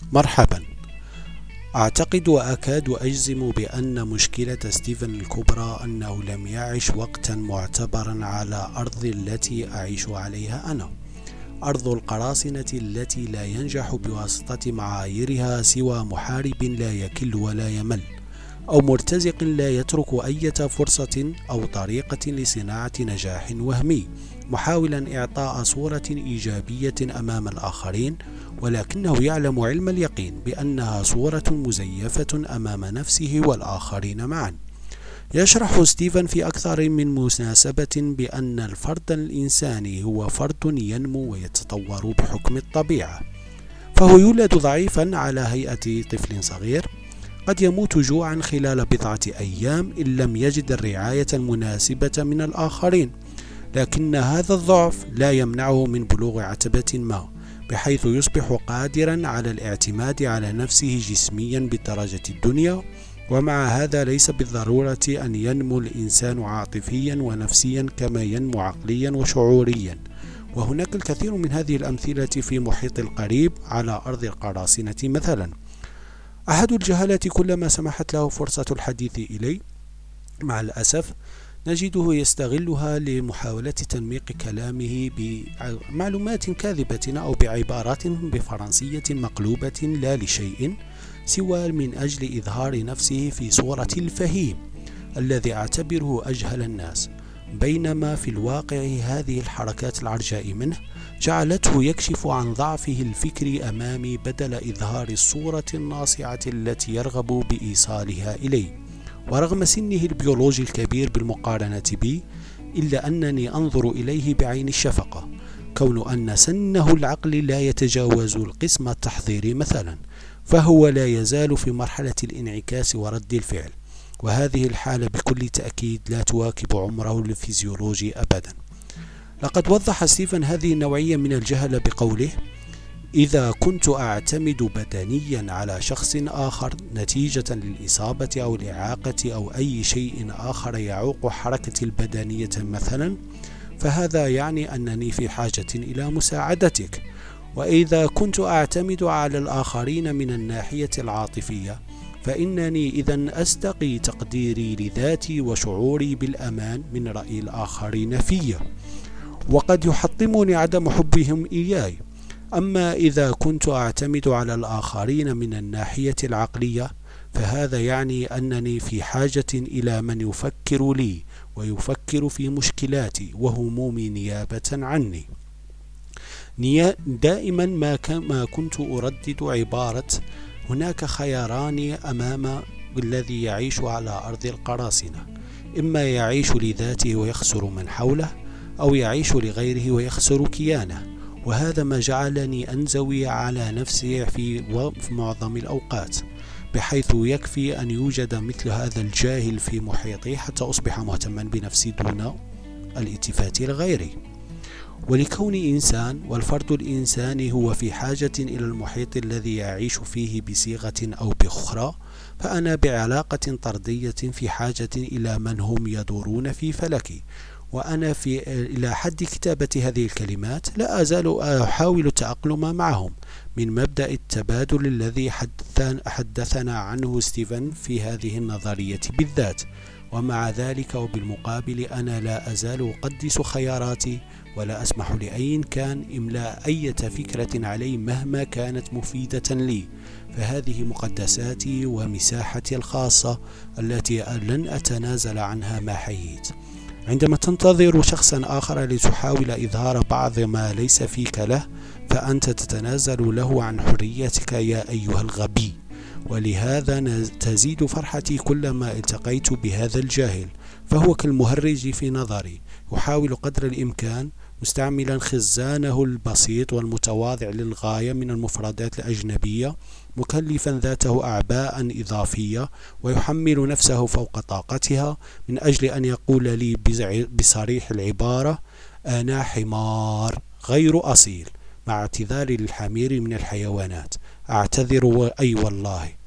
مرحبا. أعتقد وأكاد أجزم بأن مشكلة ستيفن الكبرى أنه لم يعش وقتا معتبرا على أرض التي أعيش عليها أنا، أرض القراصنة التي لا ينجح بواسطة معاييرها سوى محارب لا يكل ولا يمل، أو مرتزق لا يترك أي فرصة أو طريقة لصناعة نجاح وهمي، محاولا إعطاء صورة إيجابية أمام الآخرين، ولكنه يعلم علم اليقين بأنها صورة مزيفة أمام نفسه والآخرين معا. يشرح ستيفن في أكثر من مناسبة بأن الفرد الإنساني هو فرد ينمو ويتطور بحكم الطبيعة، فهو يولد ضعيفا على هيئة طفل صغير، قد يموت جوعا خلال بضعة أيام إن لم يجد الرعاية المناسبة من الآخرين، لكن هذا الضعف لا يمنعه من بلوغ عتبة ما، بحيث يصبح قادرا على الاعتماد على نفسه جسميا بالدرجة الدنيا. ومع هذا ليس بالضرورة أن ينمو الإنسان عاطفيا ونفسيا كما ينمو عقليا وشعوريا، وهناك الكثير من هذه الأمثلة في محيط القريب على أرض القراصنة. مثلا أحد الجهلة كلما سمحت له فرصة الحديث إلي، مع الأسف نجده يستغلها لمحاولة تنميق كلامه بمعلومات كاذبة أو بعبارات بفرنسية مقلوبة لا لشيء سوى من أجل إظهار نفسه في صورة الفهيم الذي أعتبره أجهل الناس، بينما في الواقع هذه الحركات العرجاء منه جعلته يكشف عن ضعفه الفكري أمامي بدل إظهار الصورة الناصعة التي يرغب بإيصالها إلي. ورغم سنه البيولوجي الكبير بالمقارنة بي، إلا أنني أنظر إليه بعين الشفقة، كون أن سنه العقلي لا يتجاوز القسم التحضيري مثلا، فهو لا يزال في مرحلة الانعكاس ورد الفعل، وهذه الحالة بكل تأكيد لا تواكب عمره الفيزيولوجي أبدا. لقد وضح ستيفن هذه النوعية من الجهل بقوله: إذا كنت أعتمد بدنيا على شخص آخر نتيجة للإصابة أو الإعاقة أو أي شيء آخر يعوق حركتي البدنية مثلا، فهذا يعني أنني في حاجة إلى مساعدتك. وإذا كنت أعتمد على الآخرين من الناحية العاطفية، فإنني إذن أستقي تقديري لذاتي وشعوري بالأمان من رأي الآخرين في، وقد يحطمني عدم حبهم إياي. أما إذا كنت أعتمد على الآخرين من الناحية العقلية، فهذا يعني أنني في حاجة إلى من يفكر لي ويفكر في مشكلاتي وهمومي نيابة عني. دائما ما كنت أردد عبارة: هناك خياران أمام الذي يعيش على أرض القراصنة، إما يعيش لذاته ويخسر من حوله، أو يعيش لغيره ويخسر كيانه. وهذا ما جعلني أنزوي على نفسي في معظم الأوقات، بحيث يكفي أن يوجد مثل هذا الجاهل في محيطي حتى أصبح مهتما بنفسي دون الالتفات لغيري. ولكون إنسان، والفرد الإنساني هو في حاجة إلى المحيط الذي يعيش فيه بصيغة أو بأخرى، فأنا بعلاقة طردية في حاجة إلى من هم يدورون في فلكي. وأنا إلى حد كتابة هذه الكلمات لا أزال أحاول التأقلم معهم من مبدأ التبادل الذي حدثنا عنه ستيفن في هذه النظرية بالذات. ومع ذلك وبالمقابل أنا لا أزال أقدس خياراتي، ولا أسمح لأي كان إملاء أي فكرة علي مهما كانت مفيدة لي، فهذه مقدساتي ومساحتي الخاصة التي لن أتنازل عنها ما حييت. عندما تنتظر شخصا آخر لتحاول إظهار بعض ما ليس فيك له، فأنت تتنازل له عن حريتك يا أيها الغبي. ولهذا تزيد فرحتي كلما التقيت بهذا الجاهل، فهو كالمهرج في نظري، يحاول قدر الإمكان مستعملا خزانه البسيط والمتواضع للغاية من المفردات الأجنبية، مكلفا ذاته أعباء إضافية، ويحمل نفسه فوق طاقتها من أجل أن يقول لي بصريح العبارة: أنا حمار غير أصيل، مع اعتذاري للحمير من الحيوانات. أعتذر أي والله،